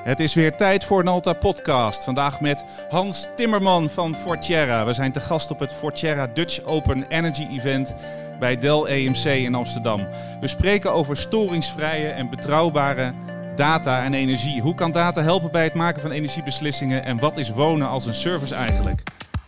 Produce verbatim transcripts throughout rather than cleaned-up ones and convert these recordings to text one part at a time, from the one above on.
Het is weer tijd voor een Alta podcast. Vandaag met Hans Timmerman van Forterra. We zijn te gast op het Forterra Dutch Open Energy Event bij Dell E M C in Amsterdam. We spreken over storingsvrije en betrouwbare data en energie. Hoe kan data helpen bij het maken van energiebeslissingen en wat is wonen als een service eigenlijk?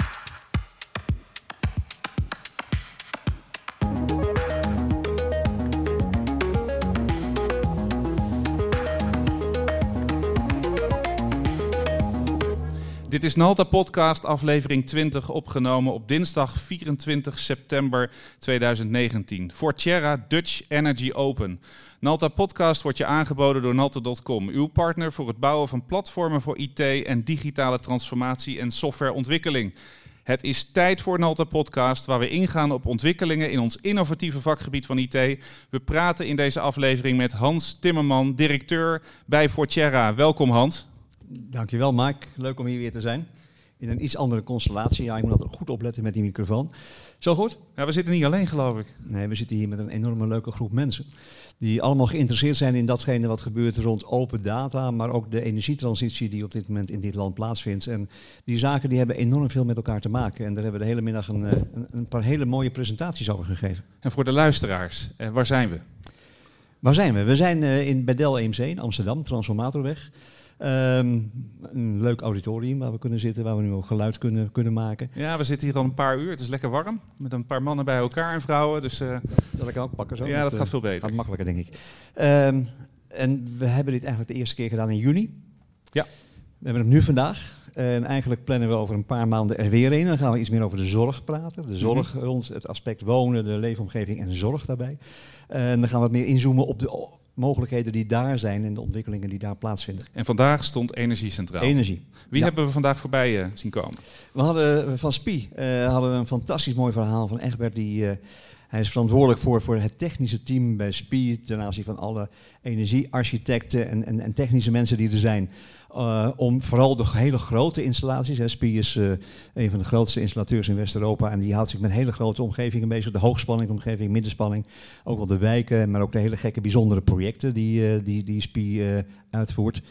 Dit is Nalta Podcast, aflevering twintig, opgenomen op dinsdag vierentwintig september tweeduizend negentien. Forterra Dutch Energy Open. Nalta Podcast wordt je aangeboden door Nalta punt com, uw partner voor het bouwen van platformen voor I T en digitale transformatie en softwareontwikkeling. Het is tijd voor Nalta Podcast, waar we ingaan op ontwikkelingen in ons innovatieve vakgebied van I T. We praten in deze aflevering met Hans Timmerman, directeur bij Forterra. Welkom Hans. Dankjewel Mark, leuk om hier weer te zijn. In een iets andere constellatie. Ja, ik moet altijd goed opletten met die microfoon. Zo goed? Ja, we zitten niet alleen, geloof ik. Nee, we zitten hier met een enorme leuke groep mensen. Die allemaal geïnteresseerd zijn in datgene wat gebeurt rond open data. Maar ook de energietransitie die op dit moment in dit land plaatsvindt. En die zaken die hebben enorm veel met elkaar te maken. En daar hebben we de hele middag een, een, een paar hele mooie presentaties over gegeven. En voor de luisteraars, eh, waar zijn we? Waar zijn we? We zijn uh, in, bij Dell E M C in Amsterdam, Transformatorweg. Um, een leuk auditorium waar we kunnen zitten, waar we nu ook geluid kunnen, kunnen maken. Ja, we zitten hier al een paar uur. Het is lekker warm, met een paar mannen bij elkaar en vrouwen. Dus, uh, dat ik ook pakken zo. Ja, dat, dat gaat veel beter. Gaat makkelijker, denk ik. Um, en we hebben dit eigenlijk de eerste keer gedaan in juni. Ja. We hebben het nu vandaag. En eigenlijk plannen we over een paar maanden er weer een. Dan gaan we iets meer over de zorg praten. De zorg mm-hmm. rond het aspect wonen, de leefomgeving en zorg daarbij. En dan gaan we wat meer inzoomen op de mogelijkheden die daar zijn en de ontwikkelingen die daar plaatsvinden. En vandaag stond energie centraal. Energie. Wie ja. hebben we vandaag voorbij uh, zien komen? We hadden van S P I uh, hadden we een fantastisch mooi verhaal van Egbert. Die, uh, hij is verantwoordelijk voor, voor het technische team bij S P I ten aanzien van alle energiearchitecten en, en, en technische mensen die er zijn. Uh, om vooral de hele grote installaties. Hè. S P I is uh, een van de grootste installateurs in West-Europa en die houdt zich met hele grote omgevingen bezig. De hoogspanningsomgeving, middenspanning, ook wel de wijken, maar ook de hele gekke bijzondere projecten die, uh, die, die S P I uh, uitvoert.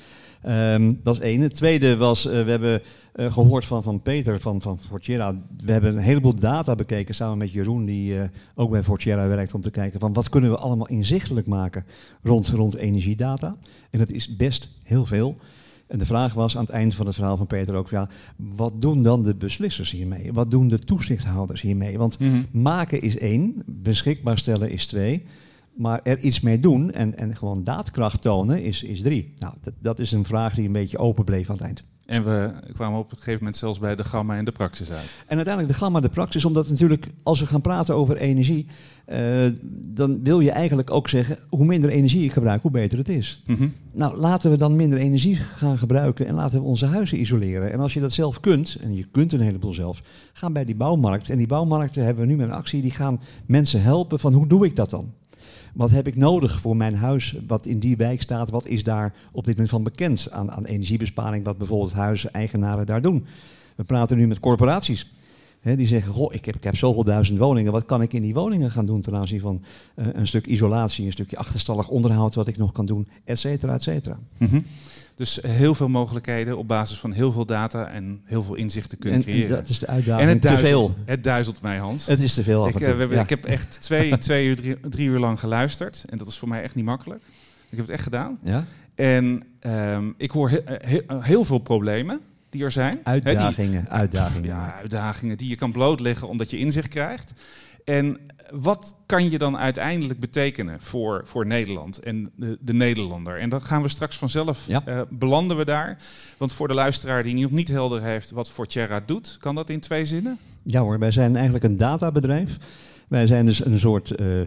Um, dat is één. Het tweede was, uh, we hebben uh, gehoord van, van Peter van, van Forterra. We hebben een heleboel data bekeken samen met Jeroen, die uh, ook bij Forterra werkt, om te kijken van wat kunnen we allemaal inzichtelijk maken rond, rond energiedata. En dat is best heel veel. En de vraag was aan het eind van het verhaal van Peter ook, ja, wat doen dan de beslissers hiermee? Wat doen de toezichthouders hiermee? Want mm-hmm. maken is één, beschikbaar stellen is twee, maar er iets mee doen en, en gewoon daadkracht tonen is, is drie. Nou, dat, dat is een vraag die een beetje open bleef aan het eind. En we kwamen op een gegeven moment zelfs bij de gamma en de praxis uit. En uiteindelijk de gamma en de praxis, omdat natuurlijk als we gaan praten over energie, uh, dan wil je eigenlijk ook zeggen, hoe minder energie ik gebruik, hoe beter het is. Mm-hmm. Nou, laten we dan minder energie gaan gebruiken en laten we onze huizen isoleren. En als je dat zelf kunt, en je kunt een heleboel zelf, ga bij die bouwmarkt. En die bouwmarkten hebben we nu met een actie, die gaan mensen helpen van hoe doe ik dat dan? Wat heb ik nodig voor mijn huis wat in die wijk staat? Wat is daar op dit moment van bekend aan, aan energiebesparing? Wat bijvoorbeeld huiseigenaren daar doen? We praten nu met corporaties. He, die zeggen, goh, ik heb, ik heb zoveel duizend woningen. Wat kan ik in die woningen gaan doen ten aanzien van uh, een stuk isolatie, een stukje achterstallig onderhoud wat ik nog kan doen, et cetera, et cetera. Mm-hmm. Dus heel veel mogelijkheden op basis van heel veel data en heel veel inzichten kunnen en, creëren. En dat is de uitdaging. En het te duizelt, veel. Het duizelt mij, Hans. Het is te veel af ik, en toe. Uh, we hebben, ja. ik heb echt twee, twee uur, drie, drie uur lang geluisterd. En dat is voor mij echt niet makkelijk. Ik heb het echt gedaan. Ja? En um, ik hoor he, he, heel veel problemen die er zijn. Uitdagingen, He, die, uitdagingen. Ja, uitdagingen die je kan blootleggen omdat je inzicht krijgt. En wat kan je dan uiteindelijk betekenen voor, voor Nederland en de, de Nederlander? En dan gaan we straks vanzelf, ja. uh, belanden we daar. Want voor de luisteraar die nog niet helder heeft wat Forterra doet, kan dat in twee zinnen? Ja hoor, wij zijn eigenlijk een databedrijf. Wij zijn dus een soort uh,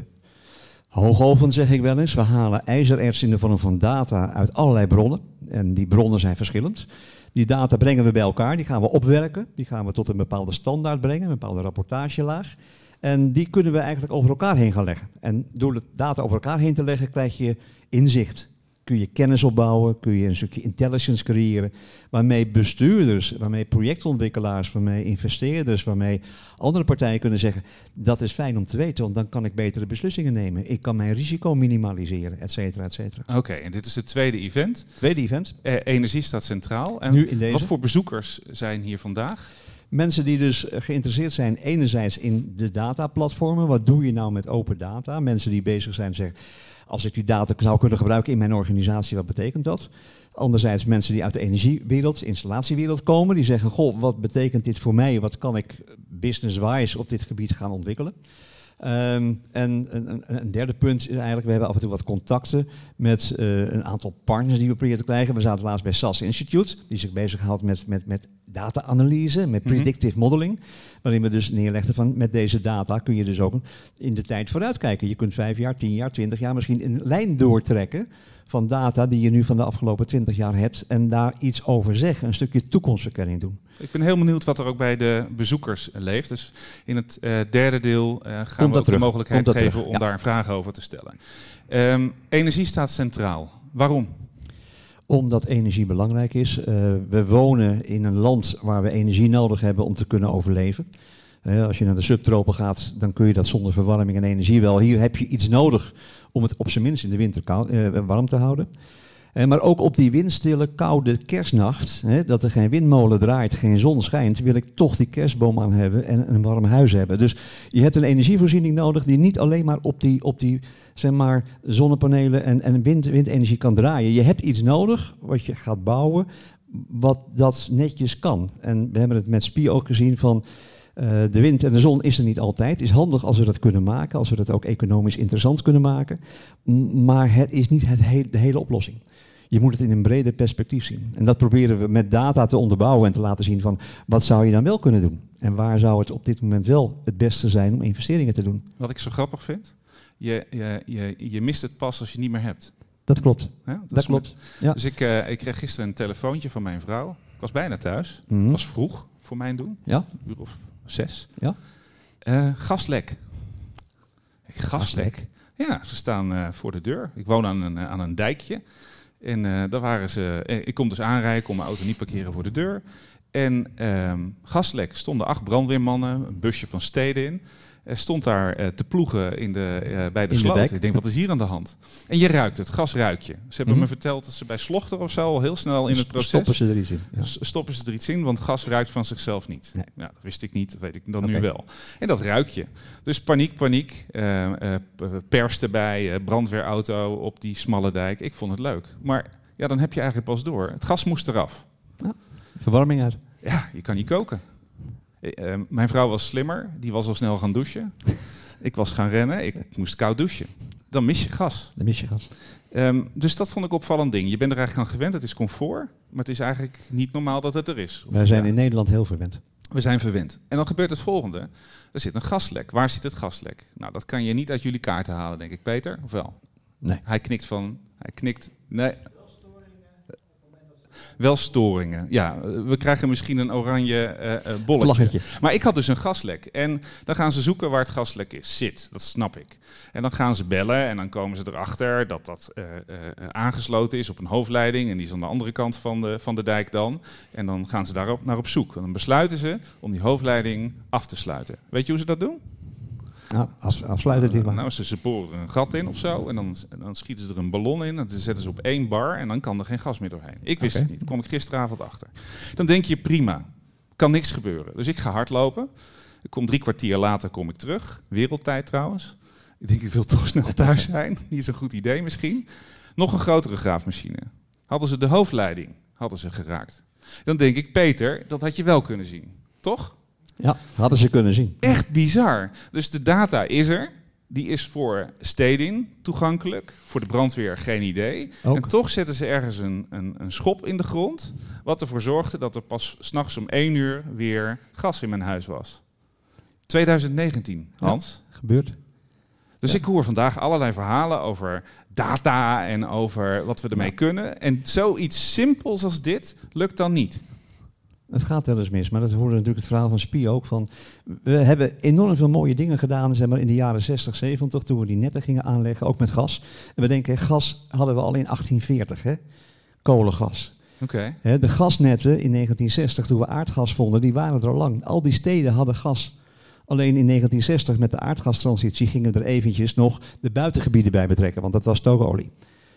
hoogoven, zeg ik wel eens. We halen ijzererts in de vorm van data uit allerlei bronnen. En die bronnen zijn verschillend. Die data brengen we bij elkaar, die gaan we opwerken. Die gaan we tot een bepaalde standaard brengen, een bepaalde rapportagelaag. En die kunnen we eigenlijk over elkaar heen gaan leggen. En door de data over elkaar heen te leggen, krijg je inzicht. kun je kennis opbouwen, kun je een stukje intelligence creëren, waarmee bestuurders, waarmee projectontwikkelaars, waarmee investeerders, waarmee andere partijen kunnen zeggen, dat is fijn om te weten, want dan kan ik betere beslissingen nemen. Ik kan mijn risico minimaliseren, et cetera, et cetera. Oké, okay, en dit is het tweede event. Tweede event. Eh, energie staat centraal. En nu in deze. Wat voor bezoekers zijn hier vandaag? Mensen die dus geïnteresseerd zijn enerzijds in de dataplatformen. Wat doe je nou met open data? Mensen die bezig zijn zeggen, als ik die data zou kunnen gebruiken in mijn organisatie, wat betekent dat? Anderzijds mensen die uit de energiewereld, installatiewereld komen. Die zeggen, goh, wat betekent dit voor mij? Wat kan ik business-wise op dit gebied gaan ontwikkelen? Um, en een, een derde punt is eigenlijk, we hebben af en toe wat contacten met uh, een aantal partners die we proberen te krijgen. We zaten laatst bij S A S Institute, die zich bezighoudt met, met, met data-analyse, met predictive modeling. Waarin we dus neerlegden van, met deze data kun je dus ook in de tijd vooruitkijken. Je kunt vijf jaar, tien jaar, twintig jaar misschien een lijn doortrekken van data die je nu van de afgelopen twintig jaar hebt en daar iets over zeggen, een stukje toekomstverkenning doen. Ik ben heel benieuwd wat er ook bij de bezoekers leeft. Dus in het uh, derde deel uh, gaan Komt we ook terug. de mogelijkheid geven terug. om Ja. daar een vraag over te stellen. Um, energie staat centraal. Waarom? Omdat energie belangrijk is. Uh, we wonen in een land waar we energie nodig hebben om te kunnen overleven. Uh, als je naar de subtropen gaat, dan kun je dat zonder verwarming en energie wel. Hier heb je iets nodig om het op zijn minst in de winter koud, uh, warm te houden. Uh, maar ook op die windstille, koude kerstnacht, hè, dat er geen windmolen draait, geen zon schijnt, wil ik toch die kerstboom aan hebben en een warm huis hebben. Dus je hebt een energievoorziening nodig die niet alleen maar op die, op die zeg maar, zonnepanelen en, en wind, windenergie kan draaien. Je hebt iets nodig wat je gaat bouwen, wat dat netjes kan. En we hebben het met S P I ook gezien van, Uh, de wind en de zon is er niet altijd. Het is handig als we dat kunnen maken, als we dat ook economisch interessant kunnen maken. M- maar het is niet het he- de hele oplossing. Je moet het in een breder perspectief zien. En dat proberen we met data te onderbouwen en te laten zien van, wat zou je dan wel kunnen doen? En waar zou het op dit moment wel het beste zijn om investeringen te doen? Wat ik zo grappig vind, je, je, je, je mist het pas als je het niet meer hebt. Dat klopt. Ja, dat dat klopt. Ja. Dus ik, uh, ik kreeg gisteren een telefoontje van mijn vrouw. Ik was bijna thuis. Mm-hmm. Het was vroeg voor mijn doen. Ja. Een uur of zes. Ja. Uh, gaslek. Ik, gaslek? Ja, ze staan uh, voor de deur. Ik woon aan een, aan een dijkje. En uh, daar waren ze. Uh, ik kom dus aanrijden, ik kon mijn auto niet parkeren voor de deur. En uh, gaslek, stonden acht brandweermannen, een busje van Steden in. Uh, stond daar uh, te ploegen in de, uh, bij de in sloot. De ik denk, wat is hier aan de hand? En je ruikt het, gas ruik je. Ze hebben Mm-hmm. me verteld dat ze bij Slochter of zo al heel snel in het proces... Stoppen ze er iets in. Ja. Stoppen ze er iets in, want gas ruikt van zichzelf niet. Nee. Ja, dat wist ik niet, dat weet ik dan Okay. nu wel. En dat ruik je. Dus paniek, paniek. Uh, uh, pers erbij, uh, brandweerauto op die smalle dijk. Ik vond het leuk. Maar ja, dan heb je eigenlijk pas door. Het gas moest eraf. Ja. Verwarming uit. Ja, je kan niet koken. Uh, mijn vrouw was slimmer. Die was al snel gaan douchen. Ik was gaan rennen. Ik, ik moest koud douchen. Dan mis je gas. Dan mis je gas. Um, dus dat vond ik opvallend ding. Je bent er eigenlijk aan gewend. Het is comfort. Maar het is eigenlijk niet normaal dat het er is. Of Wij zijn ja. in Nederland heel verwend. We zijn verwend. En dan gebeurt het volgende. Er zit een gaslek. Waar zit het gaslek? Nou, dat kan je niet uit jullie kaarten halen, denk ik, Peter. Of wel? Nee. Hij knikt van... Hij knikt... Nee. Wel storingen. Ja, we krijgen misschien een oranje uh, uh, bolletje. Vlaggetje. Maar ik had dus een gaslek. En dan gaan ze zoeken waar het gaslek is. Zit, dat snap ik. En dan gaan ze bellen en dan komen ze erachter dat dat uh, uh, aangesloten is op een hoofdleiding. En die is aan de andere kant van de, van de dijk dan. En dan gaan ze daarop naar op zoek. En dan besluiten ze om die hoofdleiding af te sluiten. Weet je hoe ze dat doen? Nou, af, afsluiten dit maar. Nou, ze, ze boren een gat in of zo en dan, dan schieten ze er een ballon in. En dan zetten ze op één bar en dan kan er geen gas meer doorheen. Ik wist Okay. het niet, daar kwam ik gisteravond achter. Dan denk je, prima, kan niks gebeuren. Dus ik ga hardlopen. Ik kom drie kwartier later kom ik terug. Wereldtijd trouwens. Ik denk, ik wil toch snel thuis zijn. Niet is een goed idee misschien. Nog een grotere graafmachine. Hadden ze de hoofdleiding hadden ze geraakt. Dan denk ik, Peter, dat had je wel kunnen zien. Toch? Ja, hadden ze kunnen zien. Echt bizar. Dus de data is er. Die is voor Stedin toegankelijk. Voor de brandweer geen idee. Ook. En toch zetten ze ergens een, een, een schop in de grond. Wat ervoor zorgde dat er pas 's nachts om één uur weer gas in mijn huis was. twintig negentien, Hans. Ja, gebeurt. Dus Ja. ik hoor vandaag allerlei verhalen over data en over wat we ermee Ja. kunnen. En zoiets simpels als dit lukt dan niet. Het gaat wel eens mis, maar dat hoorde natuurlijk het verhaal van Spie ook. Van, we hebben enorm veel mooie dingen gedaan, zeg maar, in de jaren zestig, zeventig, toen we die netten gingen aanleggen, ook met gas. En we denken, gas hadden we al in achttien veertig, hè? Kolengas. Okay. Hè, de gasnetten in negentien zestig, toen we aardgas vonden, die waren er al lang. Al die steden hadden gas. Alleen in negentien zestig met de aardgastransitie gingen we er eventjes nog de buitengebieden bij betrekken, want dat was stookolie.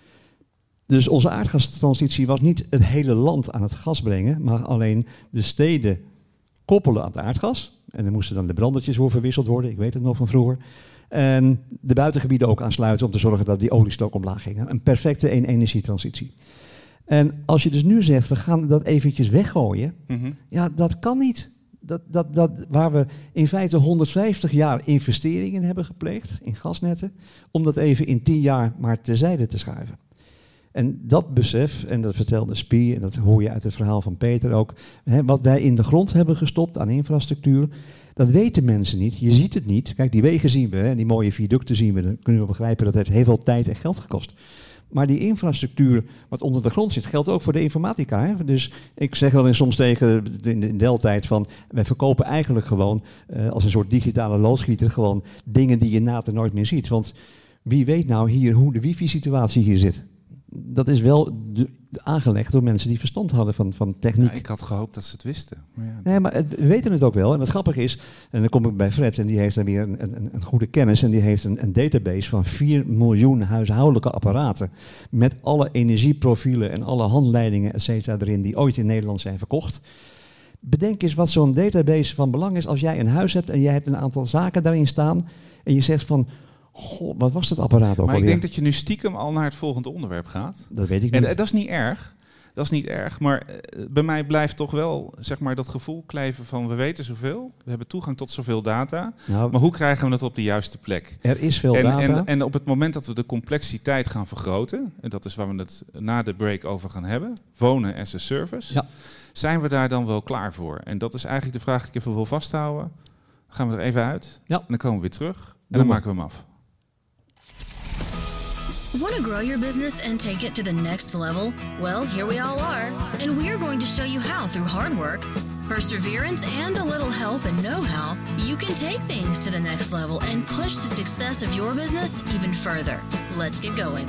Dus onze aardgastransitie was niet het hele land aan het gas brengen, maar alleen de steden koppelen aan het aardgas. En er moesten dan de brandertjes voor verwisseld worden, ik weet het nog van vroeger. En de buitengebieden ook aansluiten om te zorgen dat die oliestok omlaag ging. Een perfecte een-energietransitie. En als je dus nu zegt, we gaan dat eventjes weggooien, mm-hmm. ja, dat kan niet. Dat, dat, dat, waar we in feite honderdvijftig jaar investeringen in hebben gepleegd, in gasnetten, om dat even in tien jaar maar terzijde te schuiven. En dat besef, en dat vertelde Spie, en dat hoor je uit het verhaal van Peter ook, hè, wat wij in de grond hebben gestopt aan infrastructuur, dat weten mensen niet. Je ziet het niet. Kijk, die wegen zien we, hè, die mooie viaducten zien we, dan kunnen we begrijpen dat het heel veel tijd en geld gekost. Maar die infrastructuur wat onder de grond zit, geldt ook voor de informatica. Hè? Dus ik zeg wel eens soms tegen in de Deltijd van, wij verkopen eigenlijk gewoon uh, als een soort digitale loodgieter gewoon dingen die je later nooit meer ziet. Want wie weet nou hier hoe de wifi-situatie hier zit? Dat is wel de, aangelegd door mensen die verstand hadden van, van techniek. Ja, ik had gehoopt dat ze het wisten. Maar ja, nee, maar het, we weten het ook wel. En het grappige is, en dan kom ik bij Fred, en die heeft dan weer een, een, een goede kennis. En die heeft een, een database van vier miljoen huishoudelijke apparaten. Met alle energieprofielen en alle handleidingen, et cetera, erin, die ooit in Nederland zijn verkocht. Bedenk eens wat zo'n database van belang is als jij een huis hebt en jij hebt een aantal zaken daarin staan. En je zegt van, goh, wat was dat apparaat ook Maar alweer? ik denk dat je nu stiekem al naar het volgende onderwerp gaat. Dat weet ik en niet. En dat is niet erg. Dat is niet erg. Maar uh, bij mij blijft toch wel, zeg maar, dat gevoel kleven van we weten zoveel. We hebben toegang tot zoveel data. Nou, maar hoe krijgen we het op de juiste plek? Er is veel en, data. En, en op het moment dat we de complexiteit gaan vergroten, en dat is waar we het na de break over gaan hebben, wonen as a service, ja. zijn we daar dan wel klaar voor? En dat is eigenlijk de vraag die ik even wil vasthouden. Dan gaan we er even uit. Ja. En dan komen we weer terug. En Doe dan maar. maken we hem af. Want to grow your business and take it to the next level? Well, here we all are, and we are going to show you how through hard work, perseverance, and a little help and know-how, you can take things to the next level and push the success of your business even further. Let's get going.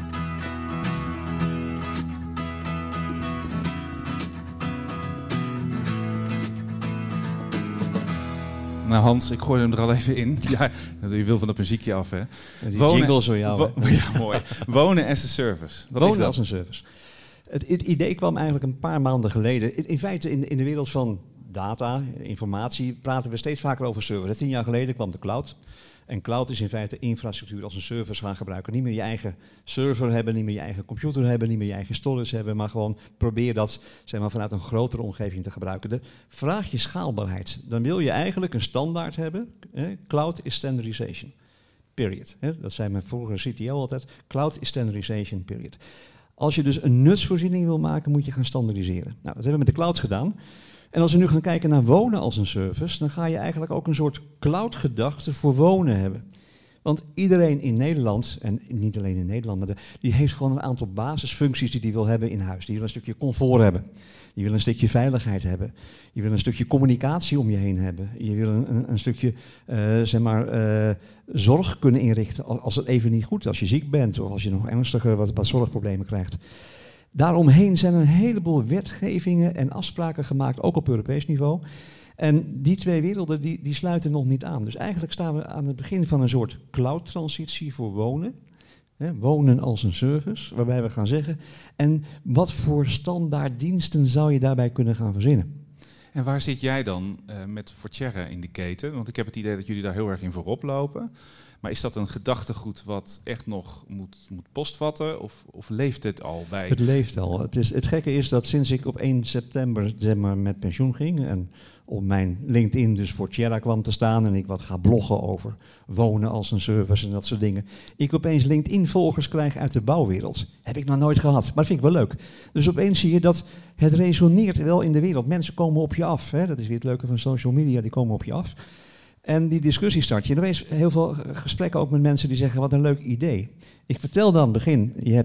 Nou Hans, ik gooi hem er al even in. Ja, je wil van dat muziekje af, hè? Ja, die Wonen, jingle zo jou. Wo- ja, mooi. Wonen as a service. Wat Wonen is dat? als een service. Het, het idee kwam eigenlijk een paar maanden geleden. In, in feite in, in de wereld van data, informatie, praten we steeds vaker over server. Tien jaar geleden kwam de cloud. En cloud is in feite infrastructuur als een service gaan gebruiken. Niet meer je eigen server hebben, niet meer je eigen computer hebben, niet meer je eigen storage hebben, maar gewoon probeer dat, zeg maar, vanuit een grotere omgeving te gebruiken. De vraag je schaalbaarheid. Dan wil je eigenlijk een standaard hebben. Hè? Cloud is standardization. Period. Hè? Dat zei mijn vorige C T O altijd. Cloud is standardization. Period. Als je dus een nutsvoorziening wil maken, moet je gaan standaardiseren. Nou, dat hebben we met de cloud gedaan. En als we nu gaan kijken naar wonen als een service, dan ga je eigenlijk ook een soort cloud-gedachte voor wonen hebben. Want iedereen in Nederland, en niet alleen in Nederland, maar de, die heeft gewoon een aantal basisfuncties die hij wil hebben in huis. Die wil een stukje comfort hebben. Die wil een stukje veiligheid hebben. Je wil een stukje communicatie om je heen hebben. Je wil een, een, een stukje uh, zeg maar, uh, zorg kunnen inrichten als het even niet goed is. Als je ziek bent of als je nog ernstiger wat, wat zorgproblemen krijgt. Daaromheen zijn een heleboel wetgevingen en afspraken gemaakt, ook op Europees niveau. En die twee werelden die, die sluiten nog niet aan. Dus eigenlijk staan we aan het begin van een soort cloud-transitie voor wonen. Hè, wonen als een service, waarbij we gaan zeggen, en wat voor standaard diensten zou je daarbij kunnen gaan verzinnen? En waar zit jij dan uh, met Forterra in de keten? Want ik heb het idee dat jullie daar heel erg in voorop lopen. Maar is dat een gedachtegoed wat echt nog moet, moet postvatten? Of, of leeft het al bij? Het leeft al. Het, is, het gekke is dat sinds ik op één september zeg maar, met pensioen ging en op mijn LinkedIn dus Forterra kwam te staan en ik wat ga bloggen over wonen als een service en dat soort dingen, ik opeens LinkedIn-volgers krijg uit de bouwwereld. Heb ik nog nooit gehad, maar dat vind ik wel leuk. Dus opeens zie je dat het resoneert wel in de wereld. Mensen komen op je af. Hè? Dat is weer het leuke van social media, die komen op je af. En die discussie start je. En opeens heel veel gesprekken ook met mensen die zeggen, wat een leuk idee. Ik vertel dan aan het begin, je hebt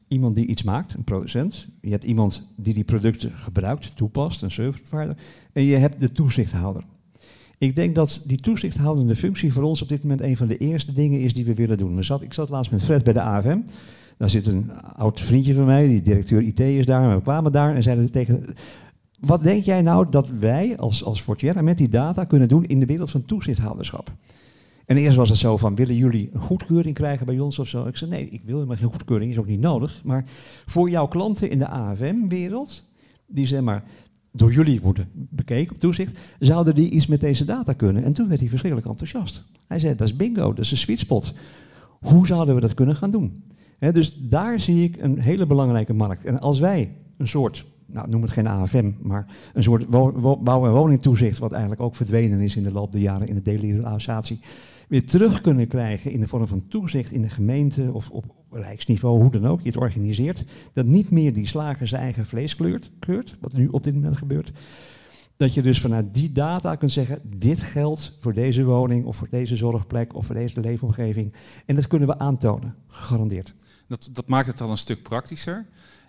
iemand die iets maakt, een producent. Je hebt iemand die die producten gebruikt, toepast, een serviceprovider. En je hebt de toezichthouder. Ik denk dat die toezichthoudende functie voor ons op dit moment een van de eerste dingen is die we willen doen. We zat, ik zat laatst met Fred bij de A F M. Daar zit een oud vriendje van mij, die directeur I T is daar. En we kwamen daar en zeiden tegen... Wat denk jij nou dat wij als, als Fortierra met die data kunnen doen in de wereld van toezichthouderschap? En eerst was het zo van, willen jullie een goedkeuring krijgen bij ons of zo? Ik zei, nee, ik wil helemaal geen goedkeuring, is ook niet nodig. Maar voor jouw klanten in de A F M-wereld, die zeg maar door jullie worden bekeken op toezicht, zouden die iets met deze data kunnen? En toen werd hij verschrikkelijk enthousiast. Hij zei, dat is bingo, dat is een sweet spot. Hoe zouden we dat kunnen gaan doen? He, dus daar zie ik een hele belangrijke markt. En als wij een soort, nou noem het geen A F M, maar een soort wo- wo- bouw- en woningtoezicht, wat eigenlijk ook verdwenen is in de loop der jaren in de deregularisatie, weer terug kunnen krijgen in de vorm van toezicht in de gemeente of op rijksniveau, hoe dan ook, je het organiseert, dat niet meer die slager zijn eigen vlees kleurt, keurt, wat nu op dit moment gebeurt. Dat je dus vanuit die data kunt zeggen, dit geldt voor deze woning of voor deze zorgplek of voor deze leefomgeving. En dat kunnen we aantonen, gegarandeerd. Dat, dat maakt het al een stuk praktischer.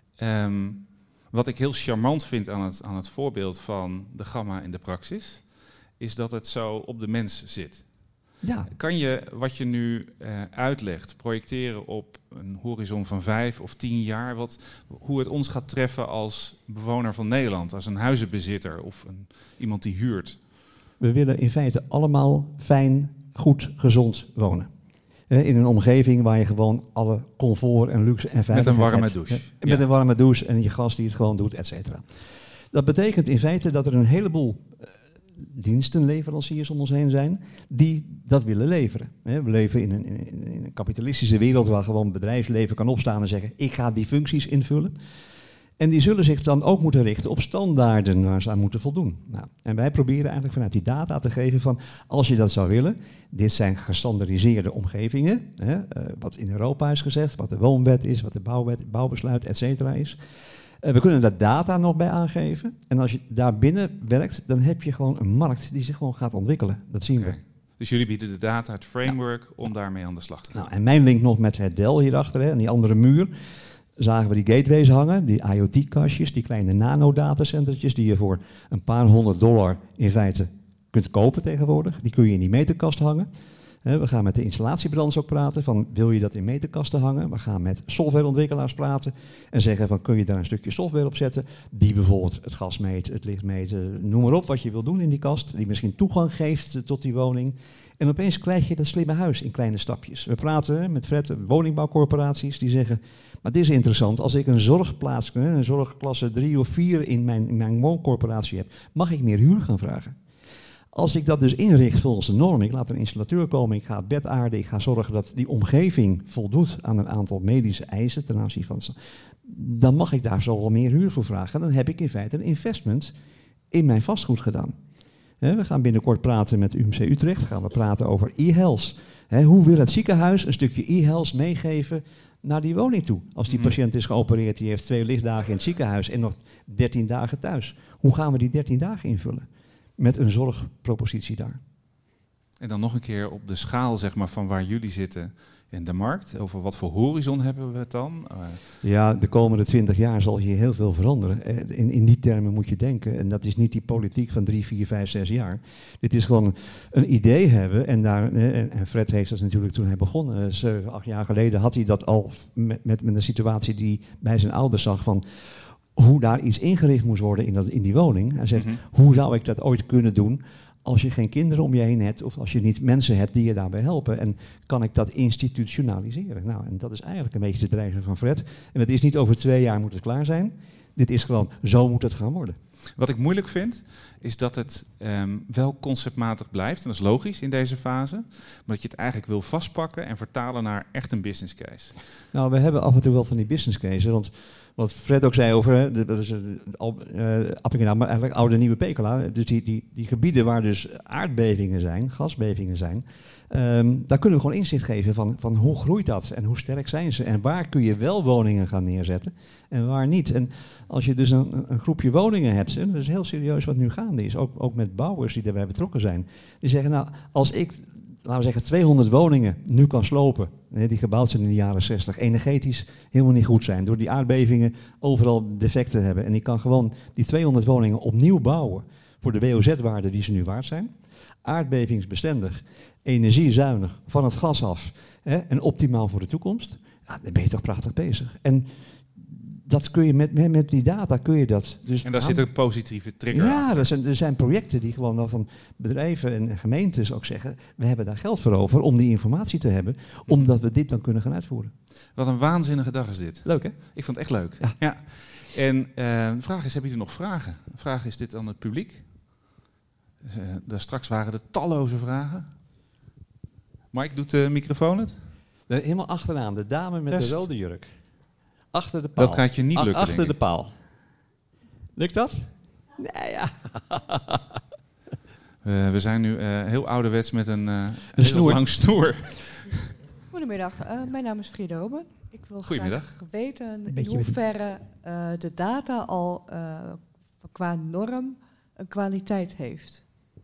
Um, wat ik heel charmant vind aan het, aan het voorbeeld van de Gamma in de praxis, is dat het zo op de mens zit. Ja. Kan je wat je nu uh, uitlegt projecteren op een horizon van vijf of tien jaar, wat, hoe het ons gaat treffen als bewoner van Nederland, als een huizenbezitter of een, iemand die huurt? We willen in feite allemaal fijn, goed, gezond wonen. Uh, in een omgeving waar je gewoon alle comfort en luxe en veiligheid Met een warme hebt. douche. Uh, met ja. een warme douche en je gast die het gewoon doet, et cetera. Dat betekent in feite dat er een heleboel uh, dienstenleveranciers om ons heen zijn die dat willen leveren. We leven in een, in, in een kapitalistische wereld waar gewoon bedrijfsleven kan opstaan en zeggen, ik ga die functies invullen. En die zullen zich dan ook moeten richten op standaarden waar ze aan moeten voldoen. Nou, en wij proberen eigenlijk vanuit die data te geven van, als je dat zou willen, dit zijn gestandaardiseerde omgevingen, hè, uh, wat in Europa is gezegd, wat de woonwet is, wat de bouwwet, bouwbesluit, et cetera is. Uh, we kunnen daar data nog bij aangeven. En als je daar binnen werkt, dan heb je gewoon een markt die zich gewoon gaat ontwikkelen. Dat zien Okay. we. Dus jullie bieden de data, het framework, ja. om daarmee aan de slag te gaan. Nou, en mijn link nog met het Dell hierachter, hè, en die andere muur, zagen we die gateways hangen, die IoT-kastjes, die kleine nano-datacentertjes die je voor een paar honderd dollar in feite kunt kopen tegenwoordig. Die kun je in die meterkast hangen. We gaan met de installatiebranche ook praten van, wil je dat in meterkasten hangen? We gaan met softwareontwikkelaars praten en zeggen van, kun je daar een stukje software op zetten die bijvoorbeeld het gas meet, het licht meet, noem maar op wat je wil doen in die kast, die misschien toegang geeft tot die woning. En opeens krijg je dat slimme huis in kleine stapjes. We praten met Fred, woningbouwcorporaties, die zeggen, maar dit is interessant, als ik een zorgplaats, een zorgklasse drie of vier in mijn, in mijn wooncorporatie heb, mag ik meer huur gaan vragen? Als ik dat dus inricht volgens de norm, ik laat een installateur komen, ik ga het bed aarden, ik ga zorgen dat die omgeving voldoet aan een aantal medische eisen ten aanzien van, dan mag ik daar zo wel meer huur voor vragen. Dan heb ik in feite een investment in mijn vastgoed gedaan. We gaan binnenkort praten met U M C Utrecht, gaan we praten over e-health. Hoe wil het ziekenhuis een stukje e-health meegeven naar die woning toe? Als die patiënt is geopereerd, die heeft twee lichtdagen in het ziekenhuis en nog dertien dagen thuis. Hoe gaan we die dertien dagen invullen? Met een zorgpropositie daar. En dan nog een keer op de schaal zeg maar, van waar jullie zitten in de markt. Over wat voor horizon hebben we het dan? Uh... Ja, de komende twintig jaar zal hier heel veel veranderen. In, in die termen moet je denken. En dat is niet die politiek van drie, vier, vijf, zes jaar. Dit is gewoon een idee hebben. En, daar, en Fred heeft dat natuurlijk toen hij begon, zeven, acht jaar geleden, had hij dat al met, met, met een situatie die bij zijn ouders zag van hoe daar iets ingericht moest worden in, dat, in die woning. Hij zegt, mm-hmm. hoe zou ik dat ooit kunnen doen als je geen kinderen om je heen hebt of als je niet mensen hebt die je daarbij helpen? En kan ik dat institutionaliseren? Nou, en dat is eigenlijk een beetje de dreiging van Fred. En het is niet over twee jaar moet het klaar zijn. Dit is gewoon, zo moet het gaan worden. Wat ik moeilijk vind, is dat het um, wel conceptmatig blijft. En dat is logisch in deze fase. Maar dat je het eigenlijk wil vastpakken en vertalen naar echt een business case. Nou, we hebben af en toe wel van die business cases. Want wat Fred ook zei over, dat is uh, Appingedam, maar eigenlijk oude nieuwe Pekela. Dus die, die, die gebieden waar dus aardbevingen zijn, gasbevingen zijn. Um, daar kunnen we gewoon inzicht geven van, van hoe groeit dat en hoe sterk zijn ze. En waar kun je wel woningen gaan neerzetten en waar niet. En als je dus een, een groepje woningen hebt, en dat is heel serieus wat nu gaande is. Ook, ook met bouwers die daarbij betrokken zijn. Die zeggen, nou, als ik laten we zeggen, tweehonderd woningen nu kan slopen, hè, die gebouwd zijn in de jaren zestig, energetisch helemaal niet goed zijn, door die aardbevingen overal defecten hebben. En ik kan gewoon die tweehonderd woningen opnieuw bouwen voor de W O Z-waarden die ze nu waard zijn. Aardbevingsbestendig, energiezuinig, van het gas af, hè, en optimaal voor de toekomst. Ja, dan ben je toch prachtig bezig. En dat kun je met, met die data kun je dat. Dus en daar aan... zit een positieve trigger Ja, achter. er zijn, er zijn projecten die gewoon wel van bedrijven en gemeentes ook zeggen, we hebben daar geld voor over om die informatie te hebben, omdat we dit dan kunnen gaan uitvoeren. Wat een waanzinnige dag is dit. Leuk, hè? Ik vond het echt leuk. Ja. Ja. En uh, de vraag is, hebben jullie nog vragen? De vraag is dit aan het publiek. Uh, daar straks waren er talloze vragen. Mike, doet de microfoon het? Helemaal achteraan, de dame met Test. de rode jurk. Achter de paal. Dat gaat je niet A- lukken, Achter denk de ik. paal. Lukt dat? Nee, ja. Uh, we zijn nu uh, heel ouderwets met een, uh, Een heel snoer. lang snoer. Goedemiddag, uh, mijn naam is Friede Oben. Ik wil Goedemiddag. graag weten in beetje met- hoeverre uh, de data al uh, qua norm een kwaliteit heeft.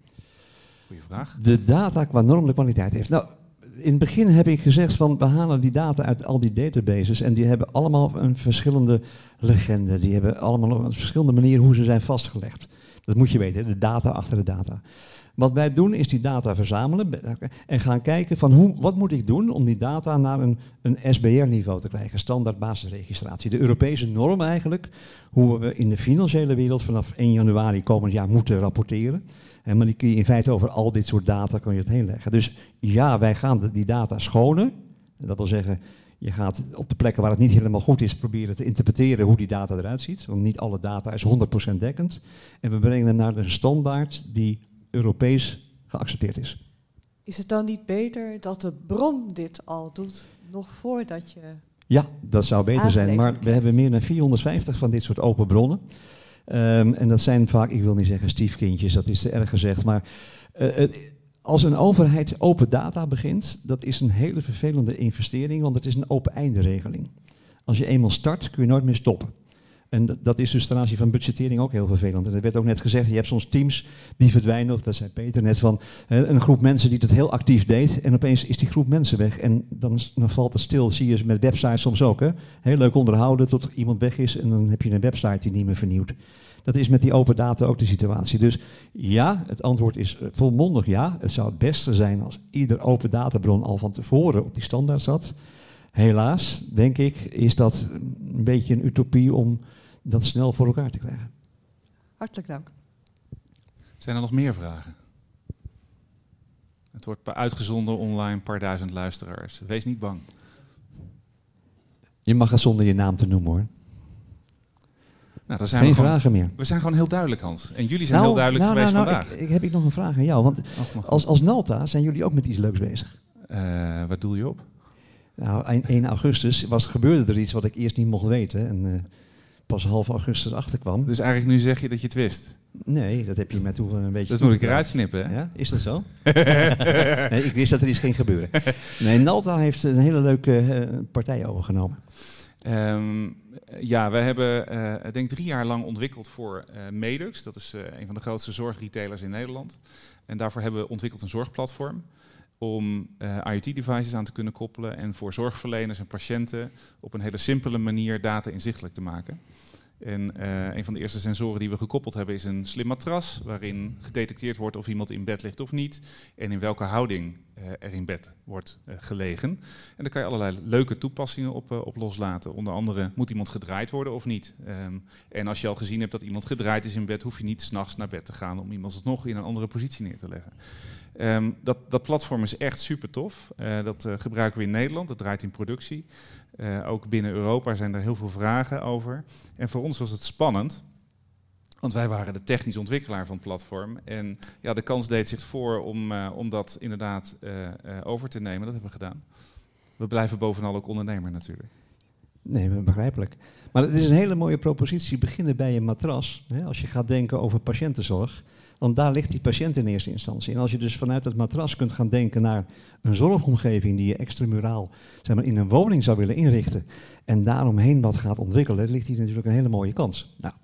Goeie vraag. De data qua norm de kwaliteit heeft. Nou, in het begin heb ik gezegd van we halen die data uit al die databases en die hebben allemaal een verschillende legende. Die hebben allemaal een verschillende manier hoe ze zijn vastgelegd. Dat moet je weten, hè, de data achter de data. Wat wij doen is die data verzamelen en gaan kijken van hoe, wat moet ik doen om die data naar een, een S B R-niveau te krijgen, standaard basisregistratie. De Europese norm eigenlijk, hoe we in de financiële wereld vanaf één januari komend jaar moeten rapporteren. En maar die kun je in feite over al dit soort data kan je het heen leggen. Dus ja, wij gaan de, die data schonen. Dat wil zeggen, je gaat op de plekken waar het niet helemaal goed is proberen te interpreteren hoe die data eruit ziet. Want niet alle data is honderd procent dekkend. En we brengen hem naar een standaard die Europees geaccepteerd is. Is het dan niet beter dat de bron dit al doet, nog voordat je... Ja, dat zou beter zijn. Maar we hebben meer dan vierhonderdvijftig van dit soort open bronnen. Um, en dat zijn vaak, ik wil niet zeggen stiefkindjes, dat is te erg gezegd. Maar uh, het, als een overheid open data begint, dat is een hele vervelende investering, want het is een open einde regeling. Als je eenmaal start, kun je nooit meer stoppen. En dat, dat is dus ten aanzien van budgettering ook heel vervelend. En er werd ook net gezegd, je hebt soms teams die verdwijnen, of dat zei Peter net van, uh, een groep mensen die dat heel actief deed, en opeens is die groep mensen weg. En dan, dan valt het stil, zie je met websites soms ook. Hè? Heel leuk onderhouden tot iemand weg is, en dan heb je een website die niet meer vernieuwt. Dat is met die open data ook de situatie. Dus ja, het antwoord is volmondig ja. Het zou het beste zijn als ieder open databron al van tevoren op die standaard zat. Helaas, denk ik, is dat een beetje een utopie om dat snel voor elkaar te krijgen. Hartelijk dank. Zijn er nog meer vragen? Het wordt uitgezonden online, een paar duizend luisteraars. Wees niet bang. Je mag het zonder je naam te noemen, hoor. Nou, dan zijn Geen we gewoon, vragen meer. We zijn gewoon heel duidelijk, Hans. En jullie zijn Nou, heel duidelijk nou, geweest nou, nou, vandaag. Ik, ik heb ik nog een vraag aan jou. Want Och, nog als, als Nalta zijn jullie ook met iets leuks bezig. Uh, wat doe je op? Nou, één augustus was, gebeurde er iets wat ik eerst niet mocht weten. En uh, pas half augustus achterkwam. Dus eigenlijk nu zeg je dat je het wist. Nee, dat heb je met hoeveel een beetje... Dat moet ik eruit knippen, hè? Ja, is dat zo? Nee, ik wist dat er iets ging gebeuren. Nee, Nalta heeft een hele leuke uh, partij overgenomen. Um, ja, wij hebben, uh, ik denk drie jaar lang ontwikkeld voor uh, Medux. Dat is uh, een van de grootste zorgretailers in Nederland. En daarvoor hebben we ontwikkeld een zorgplatform om uh, IoT-devices aan te kunnen koppelen en voor zorgverleners en patiënten op een hele simpele manier data inzichtelijk te maken. En uh, een van de eerste sensoren die we gekoppeld hebben is een slim matras, waarin gedetecteerd wordt of iemand in bed ligt of niet en in welke houding uh, er in bed wordt uh, gelegen. En daar kan je allerlei leuke toepassingen op, uh, op loslaten. Onder andere, moet iemand gedraaid worden of niet? Um, en als je al gezien hebt dat iemand gedraaid is in bed, hoef je niet 's nachts naar bed te gaan om iemand nog in een andere positie neer te leggen. Um, dat, dat platform is echt super tof. Uh, dat uh, gebruiken we in Nederland, dat draait in productie. Uh, ook binnen Europa zijn er heel veel vragen over. En voor ons was het spannend, want wij waren de technisch ontwikkelaar van het platform. En ja, de kans deed zich voor om, uh, om dat inderdaad uh, uh, over te nemen. Dat hebben we gedaan. We blijven bovenal ook ondernemer natuurlijk. Nee, begrijpelijk. Maar het is een hele mooie propositie, beginnen bij een matras. Hè, als je gaat denken over patiëntenzorg, want daar ligt die patiënt in eerste instantie. En als je dus vanuit het matras kunt gaan denken naar een zorgomgeving die je extramuraal, zeg maar, in een woning zou willen inrichten en daaromheen wat gaat ontwikkelen, ligt hier natuurlijk een hele mooie kans. Nou,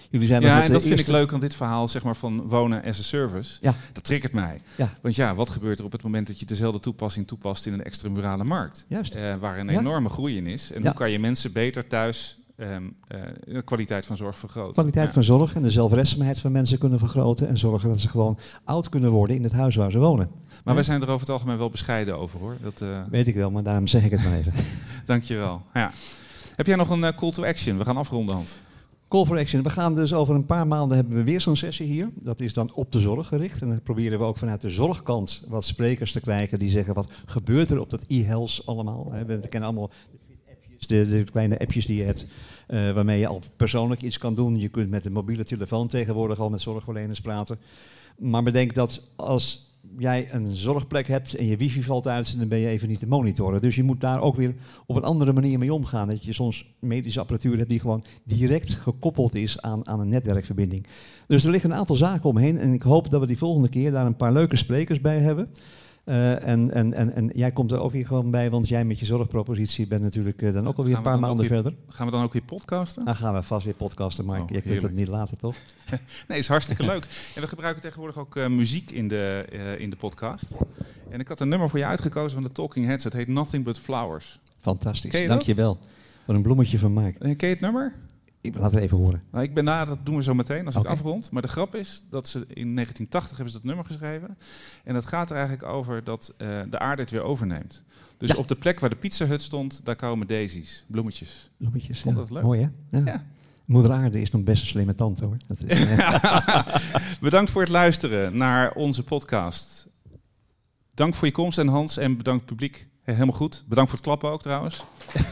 Jullie zijn Ja, nog met en dat de vind eerste... ik leuk aan dit verhaal, zeg maar, van wonen as a service. Ja. Dat triggert mij. Ja. Want ja, wat gebeurt er op het moment dat je dezelfde toepassing toepast in een extramurale markt? Juist. Uh, waar een Ja. enorme groei in is. En Ja. hoe kan je mensen beter thuis um, uh, de kwaliteit van zorg vergroten? Kwaliteit Ja. van zorg en de zelfredzaamheid van mensen kunnen vergroten. En zorgen dat ze gewoon oud kunnen worden in het huis waar ze wonen. Maar Ja. wij zijn er over het algemeen wel bescheiden over, hoor. Dat, uh, Weet ik wel, maar daarom zeg ik het maar even. Dankjewel. Ja. Heb jij nog een uh, call to action? We gaan afronden, Hans. Call for action. We gaan dus over een paar maanden hebben we weer zo'n sessie hier. Dat is dan op de zorg gericht. En dan proberen we ook vanuit de zorgkant wat sprekers te krijgen die zeggen wat gebeurt er op dat e-health allemaal. We kennen allemaal de appjes, de, de kleine appjes die je hebt, uh, waarmee je al persoonlijk iets kan doen. Je kunt met een mobiele telefoon tegenwoordig al met zorgverleners praten. Maar bedenk dat als jij een zorgplek hebt en je wifi valt uit, dan ben je even niet te monitoren. Dus je moet daar ook weer op een andere manier mee omgaan. Dat je soms medische apparatuur hebt die gewoon direct gekoppeld is aan, aan een netwerkverbinding. Dus er liggen een aantal zaken omheen en ik hoop dat we die volgende keer daar een paar leuke sprekers bij hebben. Uh, en, en, en, en jij komt er ook weer gewoon bij, want jij met je zorgpropositie bent natuurlijk uh, dan ook alweer een paar maanden weer, verder. Gaan we dan ook weer podcasten? Dan gaan we vast weer podcasten, maar Oh, je kunt het niet laten, toch? Nee, is hartstikke leuk. En we gebruiken tegenwoordig ook uh, muziek in de, uh, in de podcast. En ik had een nummer voor je uitgekozen van de Talking Heads. Het heet Nothing But Flowers. Fantastisch, Ken je dank je wel. Voor een bloemetje van Mike. Uh, ken je het nummer? Ik laat het even horen. Nou, ik ben na, dat doen we zo meteen als Okay. ik afrond. Maar de grap is dat ze in negentien tachtig hebben ze dat nummer geschreven. En dat gaat er eigenlijk over dat uh, de aarde het weer overneemt. Dus Ja. op de plek waar de Pizza Hut stond, daar komen daisies, bloemetjes. Bloemetjes, Vond ja. dat leuk? Mooi hè? Ja. Ja. Moeder Aarde is nog best een slimme tante hoor. Dat is, uh, Bedankt voor het luisteren naar onze podcast. Dank voor je komst en Hans en bedankt publiek. He, helemaal goed. Bedankt voor het klappen ook trouwens.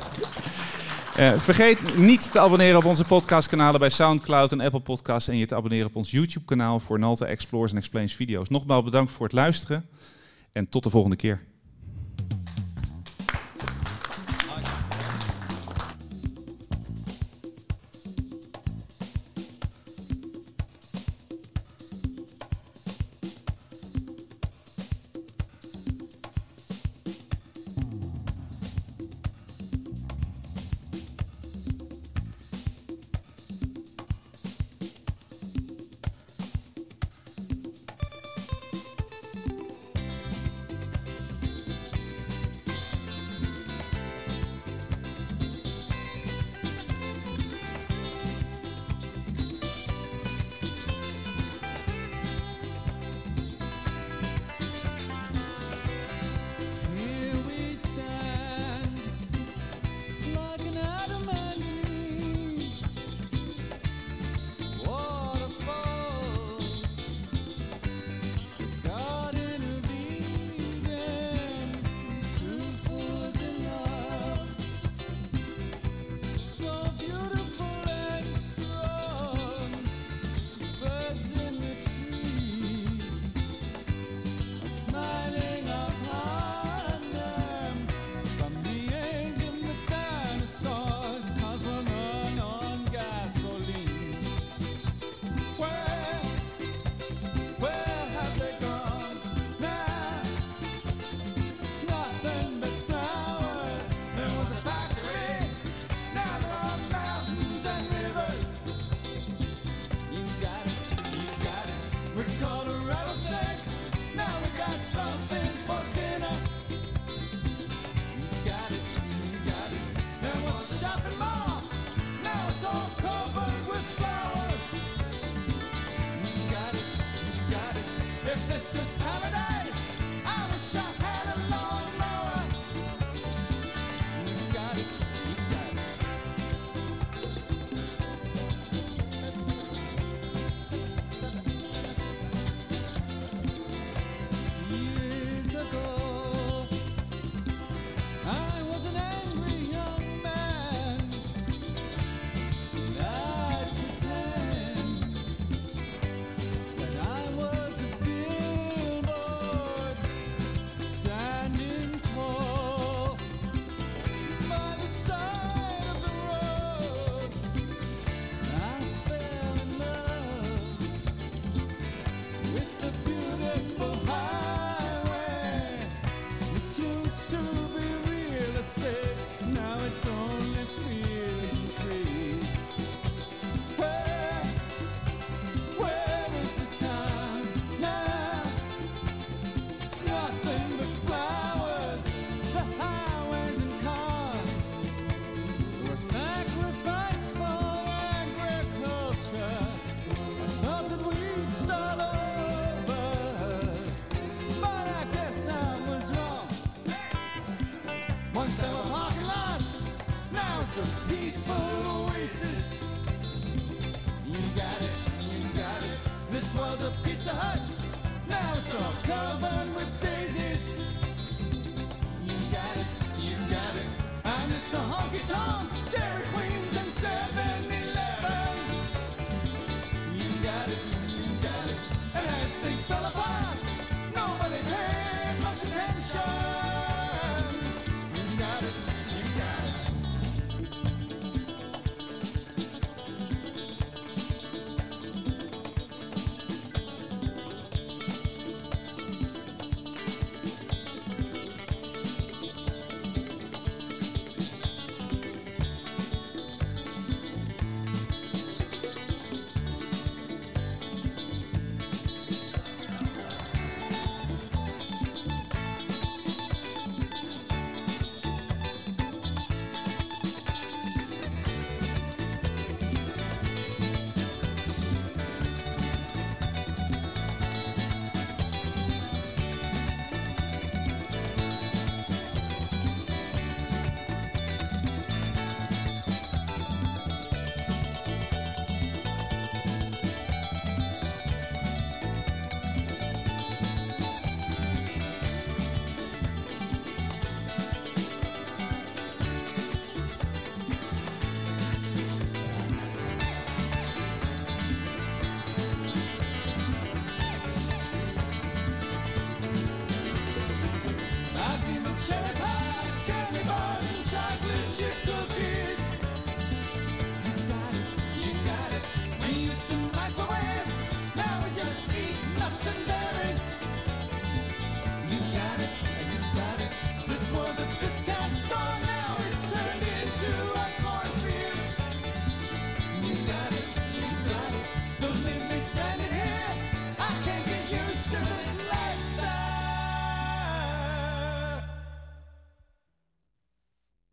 Uh, vergeet niet te abonneren op onze podcastkanalen bij Soundcloud en Apple Podcasts en je te abonneren op ons YouTube-kanaal voor Nalta Explores en Explains video's. Nogmaals bedankt voor het luisteren en tot de volgende keer.